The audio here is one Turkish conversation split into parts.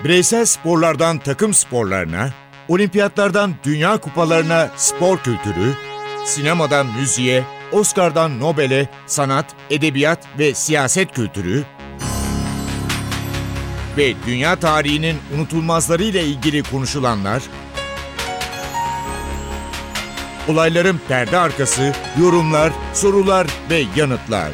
Bireysel sporlardan takım sporlarına, olimpiyatlardan dünya kupalarına spor kültürü, sinemadan müziğe, Oscar'dan Nobel'e sanat, edebiyat ve siyaset kültürü ve dünya tarihinin unutulmazlarıyla ilgili konuşulanlar, olayların perde arkası, yorumlar, sorular ve yanıtlar.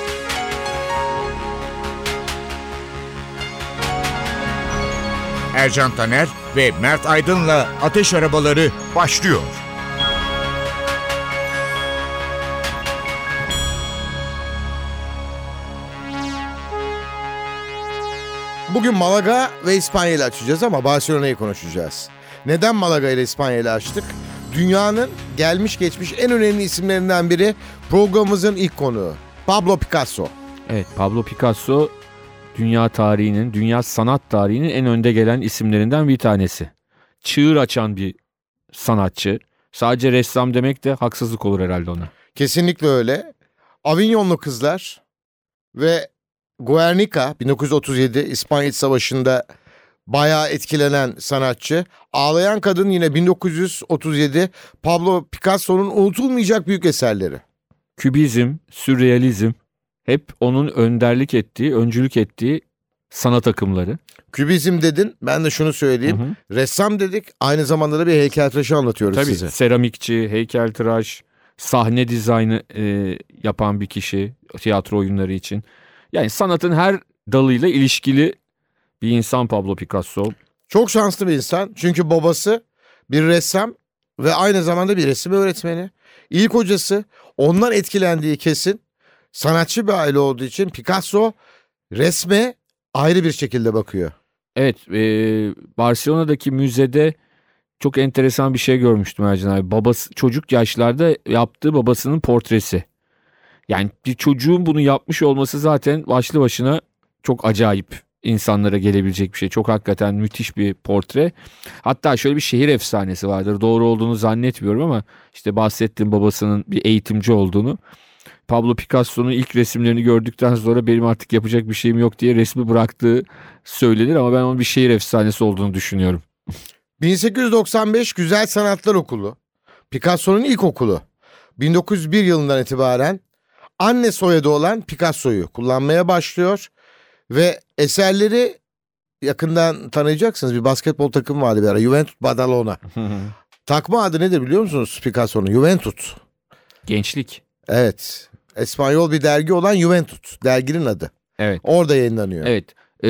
Ercan Taner ve Mert Aydın'la Ateş Arabaları başlıyor. Bugün Malaga ve İspanya ile açacağız ama Barcelona'yı konuşacağız. Neden Malaga ile İspanya ile açtık? Dünyanın gelmiş geçmiş en önemli isimlerinden biri, programımızın ilk konuğu Pablo Picasso. Evet, Pablo Picasso dünya tarihinin, dünya sanat tarihinin en önde gelen isimlerinden bir tanesi. Çığır açan bir sanatçı. Sadece ressam demek de haksızlık olur herhalde ona. Kesinlikle öyle. Avignonlu Kızlar ve Guernica 1937 İspanya İç Savaşı'nda bayağı etkilenen sanatçı. Ağlayan Kadın yine 1937 Pablo Picasso'nun unutulmayacak büyük eserleri. Kübizm, sürrealizm hep onun önderlik ettiği, öncülük ettiği sanat akımları. Kübizm dedin, ben de şunu söyleyeyim. Ressam dedik, aynı zamanda da bir heykeltıraşı anlatıyoruz Tabii, size. seramikçi, heykeltıraş, sahne dizaynı yapan bir kişi tiyatro oyunları için. Yani sanatın her dalıyla ilişkili bir insan Pablo Picasso. Çok şanslı bir insan çünkü babası bir ressam ve aynı zamanda bir resim öğretmeni. İlk hocası, ondan etkilendiği kesin, sanatçı bir aile olduğu için Picasso resme ayrı bir şekilde bakıyor. Evet, Barcelona'daki müzede çok enteresan bir şey görmüştüm Ercan abi. Babası çocuk yaşlarda yaptığı babasının portresi. Yani bir çocuğun bunu yapmış olması zaten başlı başına çok acayip, insanlara gelebilecek bir şey. Çok hakikaten müthiş bir portre. Hatta şöyle bir şehir efsanesi vardır. Doğru olduğunu zannetmiyorum ama işte bahsettiğim babasının bir eğitimci olduğunu. Pablo Picasso'nun ilk resimlerini gördükten sonra benim artık yapacak bir şeyim yok diye resmi bıraktığı söylenir ama ben onun bir şehir efsanesi olduğunu düşünüyorum. 1895 Güzel Sanatlar Okulu, Picasso'nun ilk okulu. 1901 yılından itibaren anne soyadı olan Picasso'yu kullanmaya başlıyor ve eserleri yakından tanıyacaksınız. Bir basketbol takımı vardı bir ara, Juventus Badalona. Takma adı nedir biliyor musunuz Picasso'nun? Juventus. Gençlik. Evet. İspanyol bir dergi olan Juventus. Derginin adı. Evet. Orada yayınlanıyor. Evet.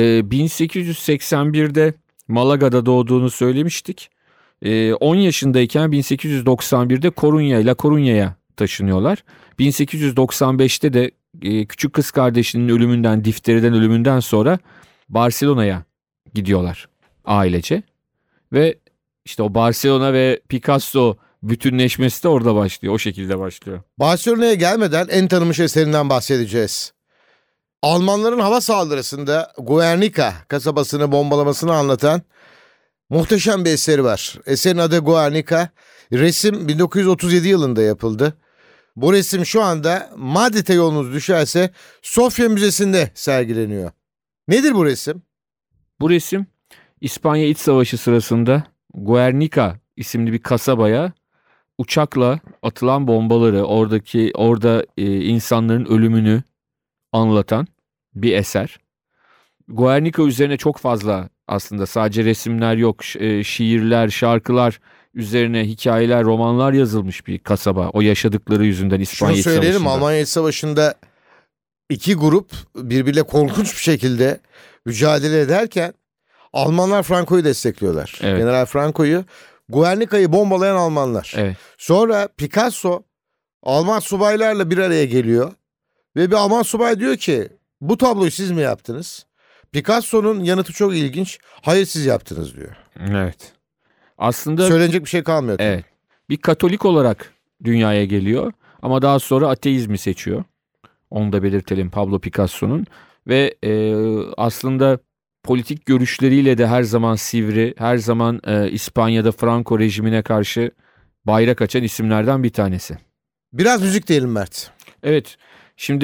1881'de Malaga'da doğduğunu söylemiştik. 10 yaşındayken 1891'de La Coruña'ya taşınıyorlar. 1895'te de küçük kız kardeşinin ölümünden, difteriden ölümünden sonra Barcelona'ya gidiyorlar ailece. Ve işte o Barcelona ve Picasso bütünleşmesi de orada başlıyor. O şekilde başlıyor. Barcelona'ya gelmeden en tanınmış eserinden bahsedeceğiz. Almanların hava saldırısında Guernica kasabasını bombalamasını anlatan muhteşem bir eseri var. Eserin adı Guernica. Resim 1937 yılında yapıldı. Bu resim şu anda Madrid'e yolunuz düşerse Sofya Müzesi'nde sergileniyor. Nedir bu resim? Bu resim İspanya İç Savaşı sırasında Guernica isimli bir kasabaya uçakla atılan bombaları, orada insanların ölümünü anlatan bir eser. Guernica üzerine çok fazla aslında sadece resimler yok, şiirler, şarkılar üzerine hikayeler, romanlar yazılmış bir kasaba. O yaşadıkları yüzünden İspanya İç Şunu söyleyelim, Savaşı'nda. Almanya İç Savaşı'nda iki grup birbiriyle korkunç bir şekilde mücadele ederken Almanlar Franco'yu destekliyorlar. Evet. General Franco'yu, Guernica'yı bombalayan Almanlar. Evet. Sonra Picasso Alman subaylarla bir araya geliyor ve bir Alman subay diyor ki bu tabloyu siz mi yaptınız? Picasso'nun yanıtı çok ilginç. Hayır, siz yaptınız diyor. Evet. Aslında Söylenecek bir şey kalmıyor. Tabii. evet. Bir Katolik olarak dünyaya geliyor ama daha sonra ateizmi seçiyor. Onu da belirtelim Pablo Picasso'nun ve aslında politik görüşleriyle de her zaman sivri, her zaman İspanya'da Franco rejimine karşı bayrak açan isimlerden bir tanesi. Biraz müzik diyelim Mert. Evet, şimdi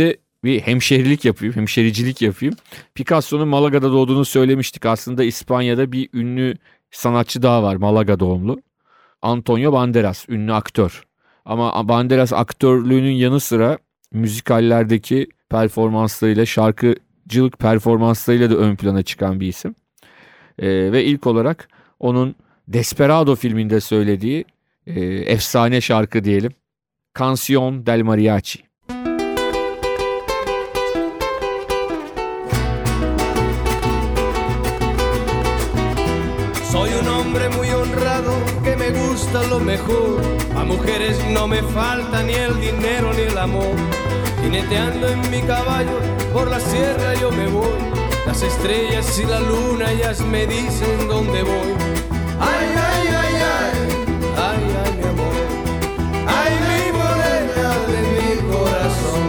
bir hemşericilik yapayım. Picasso'nun Malaga'da doğduğunu söylemiştik. Aslında İspanya'da bir ünlü sanatçı daha var, Malaga doğumlu. Antonio Banderas, ünlü aktör. Ama Banderas aktörlüğünün yanı sıra müzikallerdeki performanslarıyla, şarkıcılık performanslarıyla da ön plana çıkan bir isim. Ve ilk olarak onun Desperado filminde söylediği efsane şarkı diyelim. Canción del Mariachi. Soy un hombre muy honrado que me gusta lo mejor. A mujeres no me falta ni el dinero ni el amor. Jineteando en mi caballo por la sierra yo me voy. Las estrellas y la luna ellas me dicen dónde voy. Ay, ay, ay, ay, ay, ay, mi amor. Ay, mi morena de mi corazón.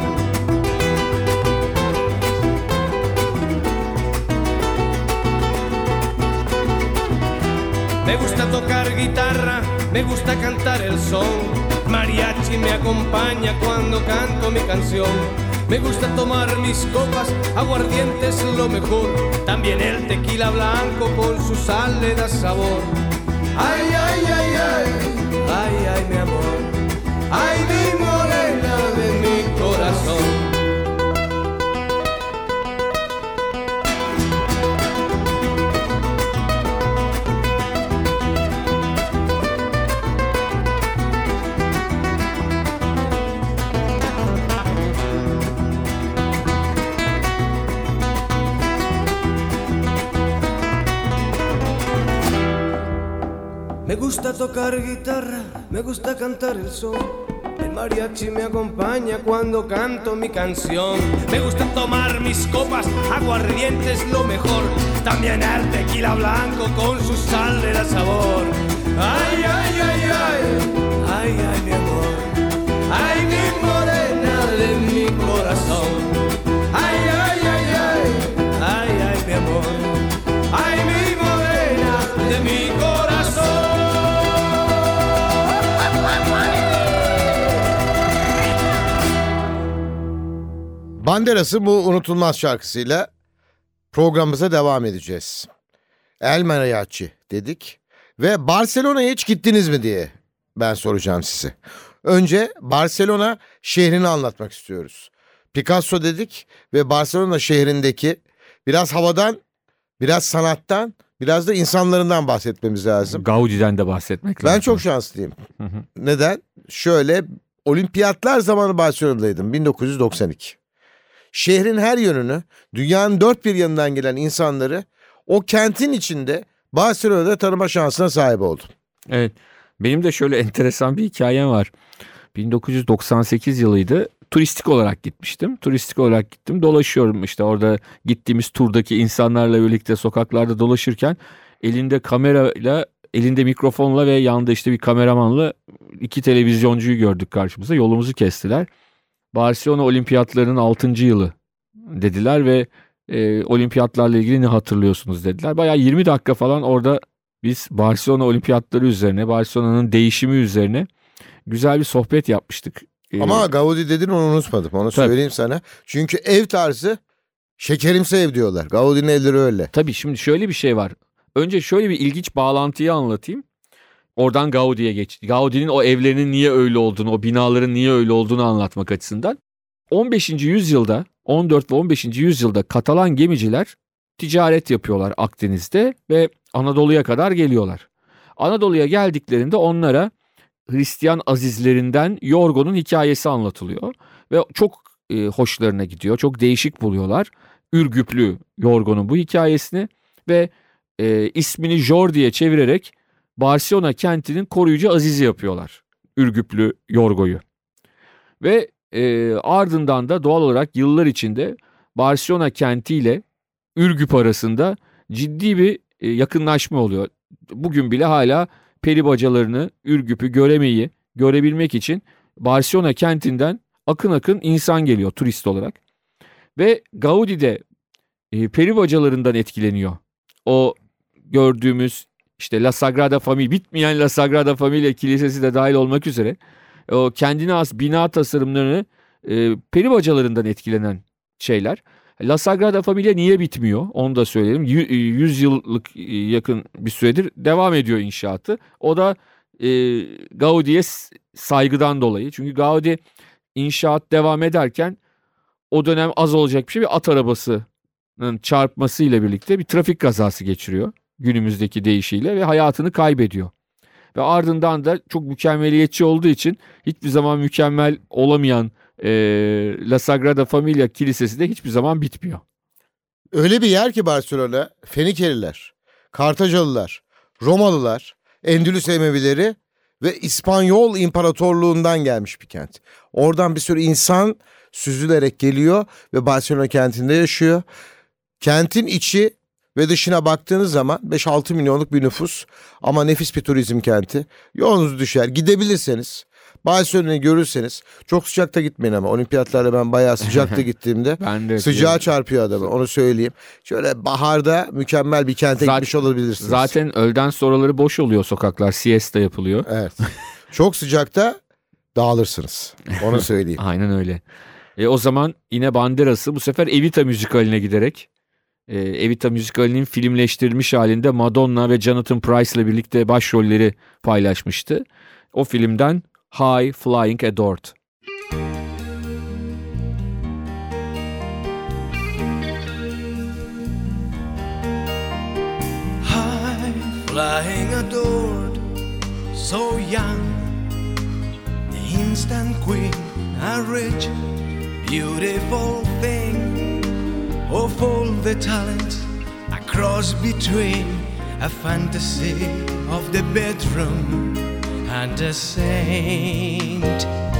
Me gusta tocar guitarra, me gusta cantar el son. Mariachi me acompaña cuando canto mi canción. Me gusta tomar mis copas, aguardiente es lo mejor. También el tequila blanco con su sal le da sabor. Ay, ay, ay, ay, ay, ay, mi amor. Ay, mi morena de mi corazón. Me gusta tocar guitarra, me gusta cantar el son. El mariachi me acompaña cuando canto mi canción. Me gusta tomar mis copas, aguardiente es lo mejor. También el tequila blanco con su sal le da sabor. Ay, ay, ay, ay, ay, ay, mi amor. Ay, mi morena de mi corazón. Ay, ay, ay, ay, ay, ay, mi amor. Ay, mi morena de mi corazón. Banderas'ın bu unutulmaz şarkısıyla programımıza devam edeceğiz. El Mariachi dedik ve Barcelona'ya hiç gittiniz mi diye ben soracağım size. Önce Barcelona şehrini anlatmak istiyoruz. Picasso dedik ve Barcelona şehrindeki biraz havadan, biraz sanattan, biraz da insanlarından bahsetmemiz lazım. Gaudi'den de bahsetmek lazım. Ben çok şanslıyım. Neden? Şöyle, olimpiyatlar zamanı Barcelona'daydım 1992. Şehrin her yönünü, dünyanın dört bir yanından gelen insanları o kentin içinde Barcelona'da tanıma şansına sahip oldum. Evet, benim de şöyle enteresan bir hikayem var. 1998 yılıydı. Turistik olarak gitmiştim. Dolaşıyorum işte orada gittiğimiz turdaki insanlarla birlikte sokaklarda dolaşırken elinde kamerayla, elinde mikrofonla ve yanında işte bir kameramanla iki televizyoncuyu gördük karşımıza. Yolumuzu kestiler. Barcelona olimpiyatlarının 6. yılı dediler ve olimpiyatlarla ilgili ne hatırlıyorsunuz dediler. Bayağı 20 dakika falan orada biz Barcelona olimpiyatları üzerine, Barcelona'nın değişimi üzerine güzel bir sohbet yapmıştık. Ama Gaudi dedin, onu unutmadım. Onu Tabii. söyleyeyim sana. Çünkü ev tarzı şekerimsi ev diyorlar. Gaudi'nin evleri öyle. Tabii şimdi şöyle bir şey var. Önce şöyle bir ilginç bağlantıyı anlatayım. Oradan Gaudi'ye geçti. Gaudi'nin o evlerinin niye öyle olduğunu, o binaların niye öyle olduğunu anlatmak açısından. 15. yüzyılda, 14 ve 15. yüzyılda Katalan gemiciler ticaret yapıyorlar Akdeniz'de ve Anadolu'ya kadar geliyorlar. Anadolu'ya geldiklerinde onlara Hristiyan azizlerinden Yorgo'nun hikayesi anlatılıyor ve çok hoşlarına gidiyor. Çok değişik buluyorlar Ürgüplü Yorgo'nun bu hikayesini ve ismini Jor diye çevirerek Barcelona kentinin koruyucu azizi yapıyorlar Ürgüplü Yorgo'yu. Ve ardından da doğal olarak yıllar içinde Barcelona kentiyle Ürgüp arasında ciddi bir yakınlaşma oluyor. Bugün bile hala peri bacalarını, Ürgüp'ü görebilmek için Barcelona kentinden akın akın insan geliyor turist olarak. Ve Gaudi de peri bacalarından etkileniyor. O gördüğümüz işte La Sagrada Familia, bitmeyen La Sagrada Familia kilisesi de dahil olmak üzere o kendine has bina tasarımlarını peri bacalarından etkilenen şeyler. La Sagrada Familia niye bitmiyor? Onu da söyleyelim. 100 yıllık yakın bir süredir devam ediyor inşaatı. O da Gaudi'ye saygıdan dolayı. Çünkü Gaudi inşaat devam ederken o dönem az olacak bir şey, bir at arabasının çarpmasıyla birlikte bir trafik kazası geçiriyor günümüzdeki deyişiyle ve hayatını kaybediyor. Ve ardından da çok mükemmeliyetçi olduğu için hiçbir zaman mükemmel olamayan La Sagrada Familia Kilisesi de hiçbir zaman bitmiyor. Öyle bir yer ki Barcelona, Fenikeliler, Kartacalılar, Romalılar, Endülüs Emevileri ve İspanyol İmparatorluğundan gelmiş bir kent. Oradan bir sürü insan süzülerek geliyor ve Barcelona kentinde yaşıyor. Kentin içi ve dışına baktığınız zaman 5-6 milyonluk bir nüfus ama nefis bir turizm kenti. Yolunuz düşer, gidebilirseniz, Barcelona'yı görürseniz, çok sıcakta gitmeyin ama olimpiyatlarla ben bayağı sıcakta gittiğimde sıcağı çarpıyor adamı, onu söyleyeyim. Şöyle baharda mükemmel bir kente gitmiş olabilirsiniz. Zaten öğleden sonraları boş oluyor sokaklar, siesta yapılıyor. Evet. Çok sıcakta dağılırsınız, onu söyleyeyim. Aynen öyle. O zaman yine Banderas'ı bu sefer Evita müzikaline giderek, Evita müzikalinin filmleştirilmiş halinde Madonna ve Jonathan Pryce ile birlikte başrolleri paylaşmıştı. O filmden High Flying Adored. High flying adored, so young, the instant queen, a rich, beautiful thing of all the talents, a cross between a fantasy of the bedroom and a saint.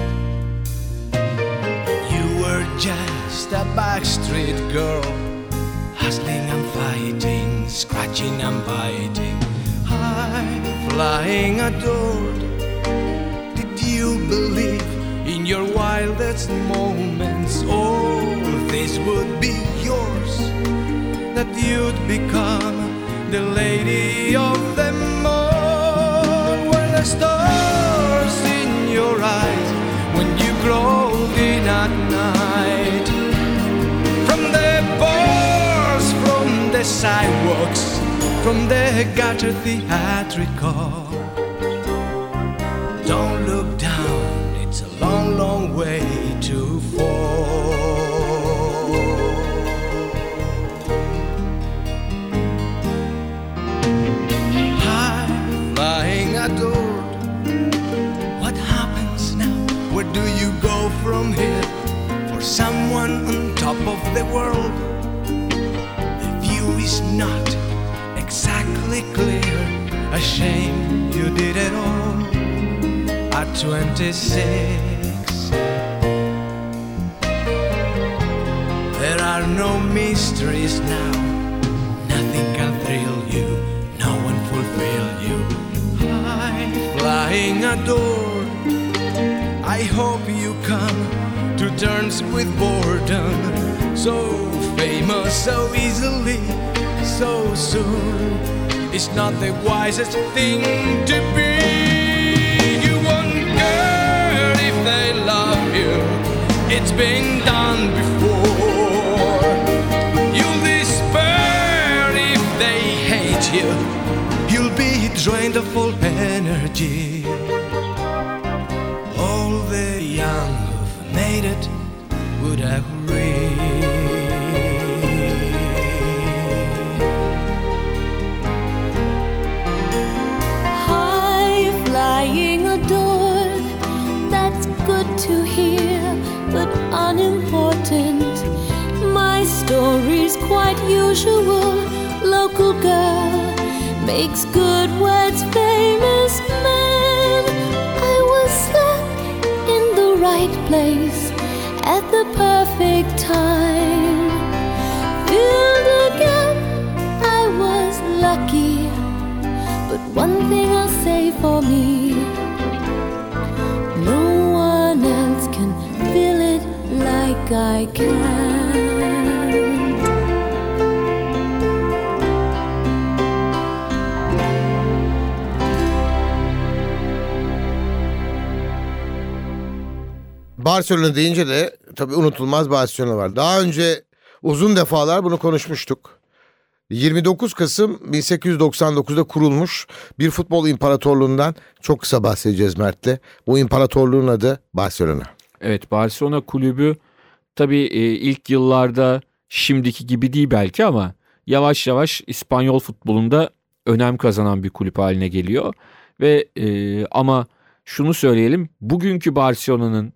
You were just a backstreet girl, hustling and fighting, scratching and biting, high flying adored. Did you believe in your wildest moments all this would be yours, that you'd become the lady of them all? Were the stars in your eyes when you crawled in at night? From the bars, from the sidewalks, from the gutter theatrical. Don't look down, it's a long, long way to fall. High flying adored, what happens now? Where do you go from here? For someone on top of the world, the view is not exactly clear. A shame you did it all at 26. There are no mysteries now, nothing can thrill you, no one fulfill you. High flying adored, I hope you come to terms with boredom. So famous so easily, so soon, it's not the wisest thing to be. You won't care if they love you, it's been done before. You'll despair if they hate you, you'll be drained of all energy. All the young who've made it would agree. Flying adored, that's good to hear, but unimportant. My story's quite usual. Local girl makes good words famous man. I was stuck in the right place at the perfect time. Filled again, I was lucky. But one thing I'll say for me, no one else can feel it like I can. Barcelona deyince de tabii unutulmaz Barcelona var. Daha önce uzun defalar bunu konuşmuştuk. 29 Kasım 1899'da kurulmuş bir futbol imparatorluğundan çok kısa bahsedeceğiz Mert'le. Bu imparatorluğun adı Barcelona. Evet, Barcelona kulübü tabii ilk yıllarda şimdiki gibi değil belki ama yavaş yavaş İspanyol futbolunda önem kazanan bir kulüp haline geliyor. Ve ama şunu söyleyelim, bugünkü Barcelona'nın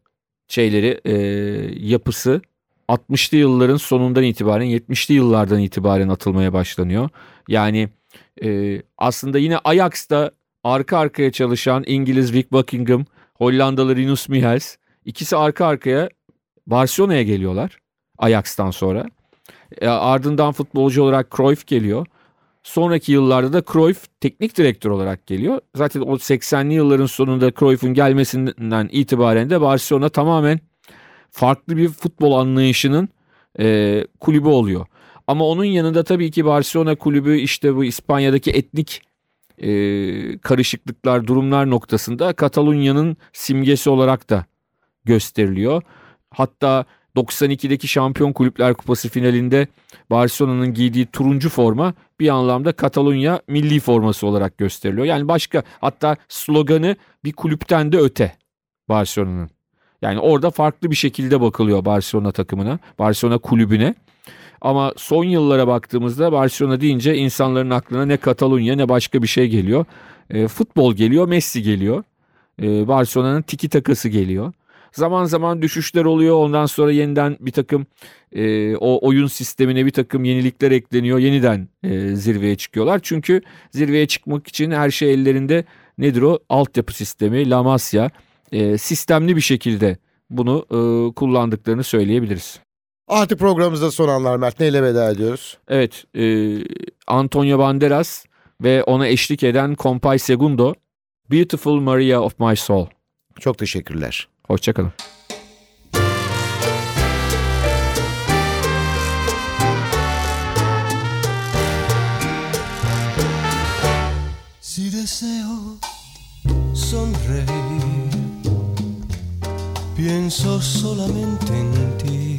yapısı 60'lı yılların sonundan itibaren 70'li yıllardan itibaren atılmaya başlanıyor. Yani aslında yine Ajax'ta arka arkaya çalışan İngiliz Rick Buckingham, Hollandalı Rinus Michels, ikisi arka arkaya Barcelona'ya geliyorlar Ajax'tan sonra. Ardından futbolcu olarak Cruyff geliyor. Sonraki yıllarda da Cruyff teknik direktör olarak geliyor. Zaten o 80'li yılların sonunda Cruyff'un gelmesinden itibaren de Barcelona tamamen farklı bir futbol anlayışının kulübü oluyor. Ama onun yanında tabii ki Barcelona kulübü işte bu İspanya'daki etnik karışıklıklar, durumlar noktasında Katalunya'nın simgesi olarak da gösteriliyor. Hatta 92'deki Şampiyon Kulüpler Kupası finalinde Barcelona'nın giydiği turuncu forma bir anlamda Katalunya milli forması olarak gösteriliyor. Yani başka, hatta sloganı bir kulüpten de öte Barcelona'nın. Yani orada farklı bir şekilde bakılıyor Barcelona takımına, Barcelona kulübüne. Ama son yıllara baktığımızda Barcelona deyince insanların aklına ne Katalunya ne başka bir şey geliyor. Futbol geliyor, Messi geliyor. Barcelona'nın tiki takası geliyor. Zaman zaman düşüşler oluyor. Ondan sonra yeniden bir takım o oyun sistemine bir takım yenilikler ekleniyor. Yeniden zirveye çıkıyorlar. Çünkü zirveye çıkmak için her şey ellerinde. Nedir o? Altyapı sistemi, La Masia. Sistemli bir şekilde bunu kullandıklarını söyleyebiliriz. Artık programımızda son anlar Mert. Neyle veda ediyoruz? Evet. Antonio Banderas ve ona eşlik eden Compay Segundo. Beautiful Maria of My Soul. Çok teşekkürler. Hoşçakalın. Si deseo sonreír, pienso solamente en ti,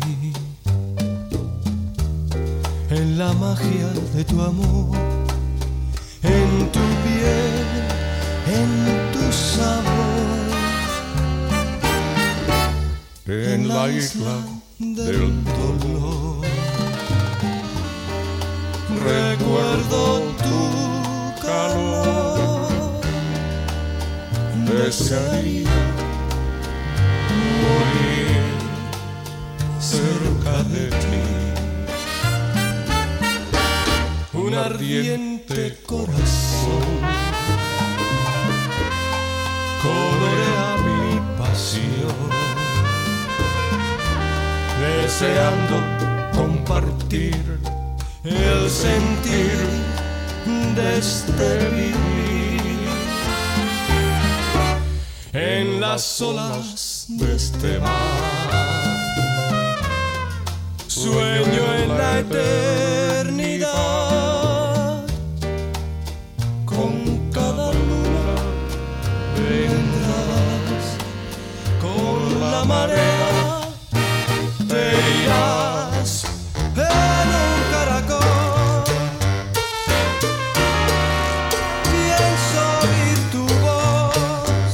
en la magia de tu amor, en tu piel, en tu sabor, en la isla del dolor. Recuerdo tu calor, desearía morir cerca de ti. Un ardiente corazón cobrea mi pasión, deseando compartir el sentir de este vivir. En las olas de este mar sueño en la eternidad. Con cada luna vendrás, con la marea te irás en un caracol. Pienso oír tu voz,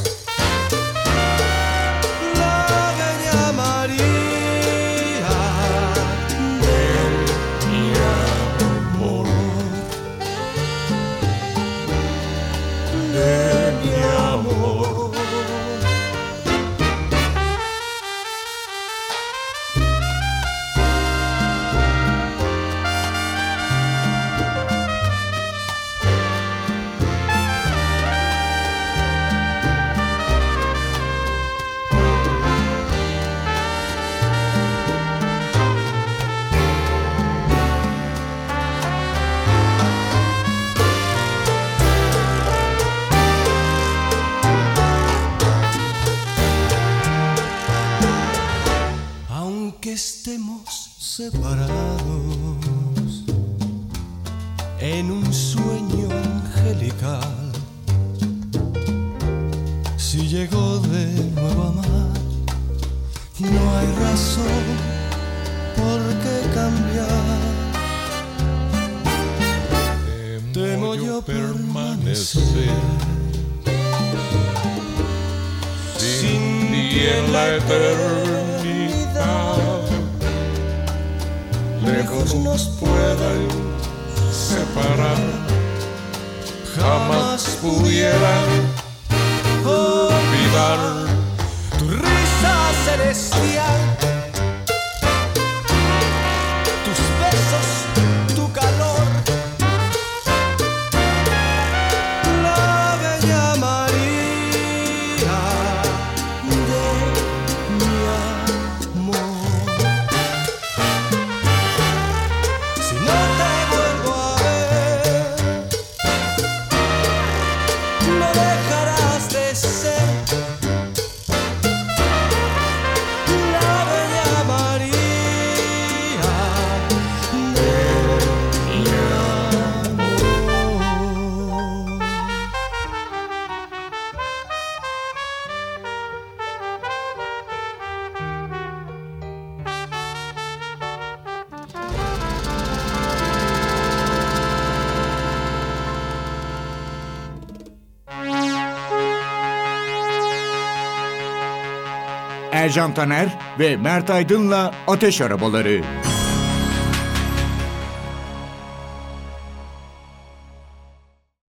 la que llamaría de mi amor, de mi amor. Aunque estemos separados en un sueño angelical, si llego de nuevo a amar, no hay razón por qué cambiar. Temo yo permanecer sin ti en la eternidad. Lejos nos puedan separar, jamás pudieran olvidar tu risa celestial, tus besos, tu calor, la bella María de mi amor. Si no te vuelvo a ver, no dejarás de ser la bella María de mi amor. Ercan Taner ve Mert Aydın'la Ateş Arabaları.